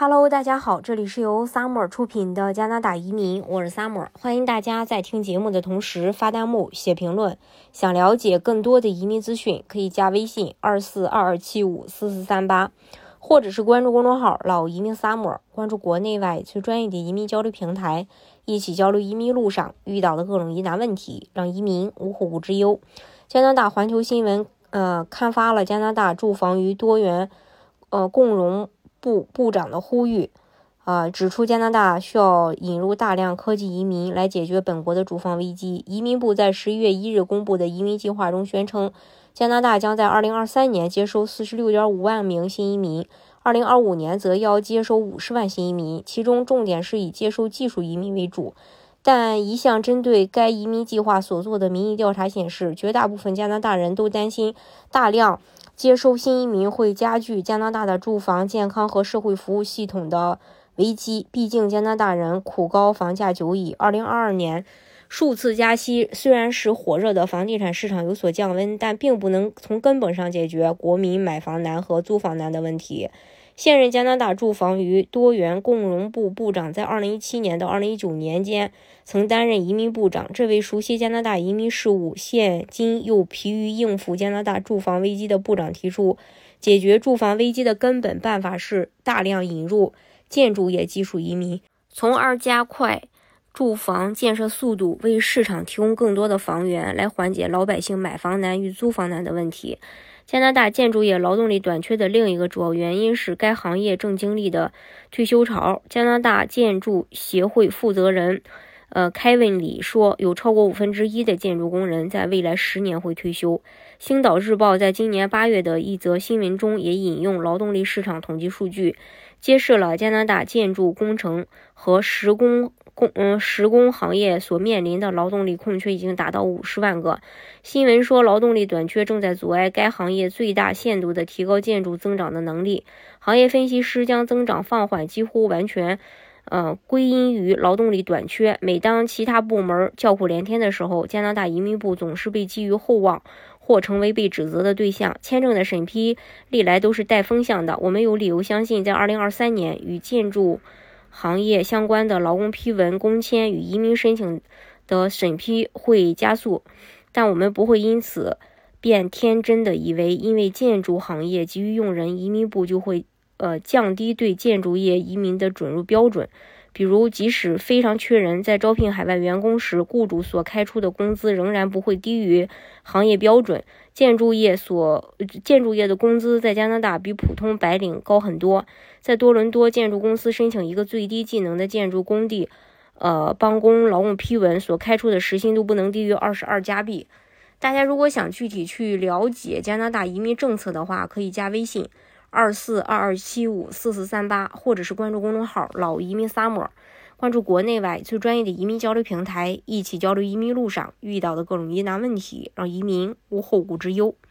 Hello， 大家好，这里是由 Summer 出品的加拿大移民，我是 Summer， 欢迎大家在听节目的同时发弹幕、写评论。想了解更多的移民资讯，可以加微信2422754438，或者是关注公众号老移民 Summer， 关注国内外最专业的移民交流平台，一起交流移民路上遇到的各种疑难问题，让移民无后顾之忧。加拿大环球新闻刊发了加拿大住房与多元共融部长的呼吁，指出加拿大需要引入大量科技移民来解决本国的住房危机。移民部在11月1日公布的移民计划中宣称，加拿大将在2023年接收46.5万名新移民，2025年则要接收50万新移民，其中重点是以接收技术移民为主。但一项针对该移民计划所做的民意调查显示，绝大部分加拿大人都担心大量接收新移民会加剧加拿大的住房、健康和社会服务系统的危机。毕竟加拿大人苦高房价久矣，2022年数次加息虽然使火热的房地产市场有所降温，但并不能从根本上解决国民买房难和租房难的问题。现任加拿大住房与多元共融部部长在2017年到2019年间曾担任移民部长。这位熟悉加拿大移民事务，现今又疲于应付加拿大住房危机的部长提出，解决住房危机的根本办法是大量引入建筑业技术移民，从而加快住房建设速度，为市场提供更多的房源，来缓解老百姓买房难与租房难的问题。加拿大建筑业劳动力短缺的另一个主要原因是该行业正经历的退休潮。加拿大建筑协会负责人凯文里说，有超过1/5的建筑工人在未来10年会退休。星岛日报在今年8月的一则新闻中也引用劳动力市场统计数据，揭示了加拿大建筑工程和施工行业所面临的劳动力空缺已经达到50万个。新闻说，劳动力短缺正在阻碍该行业最大限度地提高建筑增长的能力。行业分析师将增长放缓几乎完全归因于劳动力短缺。每当其他部门叫苦连天的时候，加拿大移民部总是被寄予厚望，或成为被指责的对象。签证的审批历来都是带风向的，我们有理由相信，在2023年与建筑行业相关的劳工批文、工签与移民申请的审批会加速，但我们不会因此便天真的以为因为建筑行业急于用人，移民部就会降低对建筑业移民的准入标准。比如，即使非常缺人，在招聘海外员工时，雇主所开出的工资仍然不会低于行业标准。建筑业的工资在加拿大比普通白领高很多。在多伦多，建筑公司申请一个最低技能的建筑工地帮工劳动批文，所开出的时薪都不能低于22加币。大家如果想具体去了解加拿大移民政策的话，可以加微信2422754438，或者是关注公众号老移民 Summer， 关注国内外最专业的移民交流平台，一起交流移民路上遇到的各种疑难问题，让移民无后顾之忧。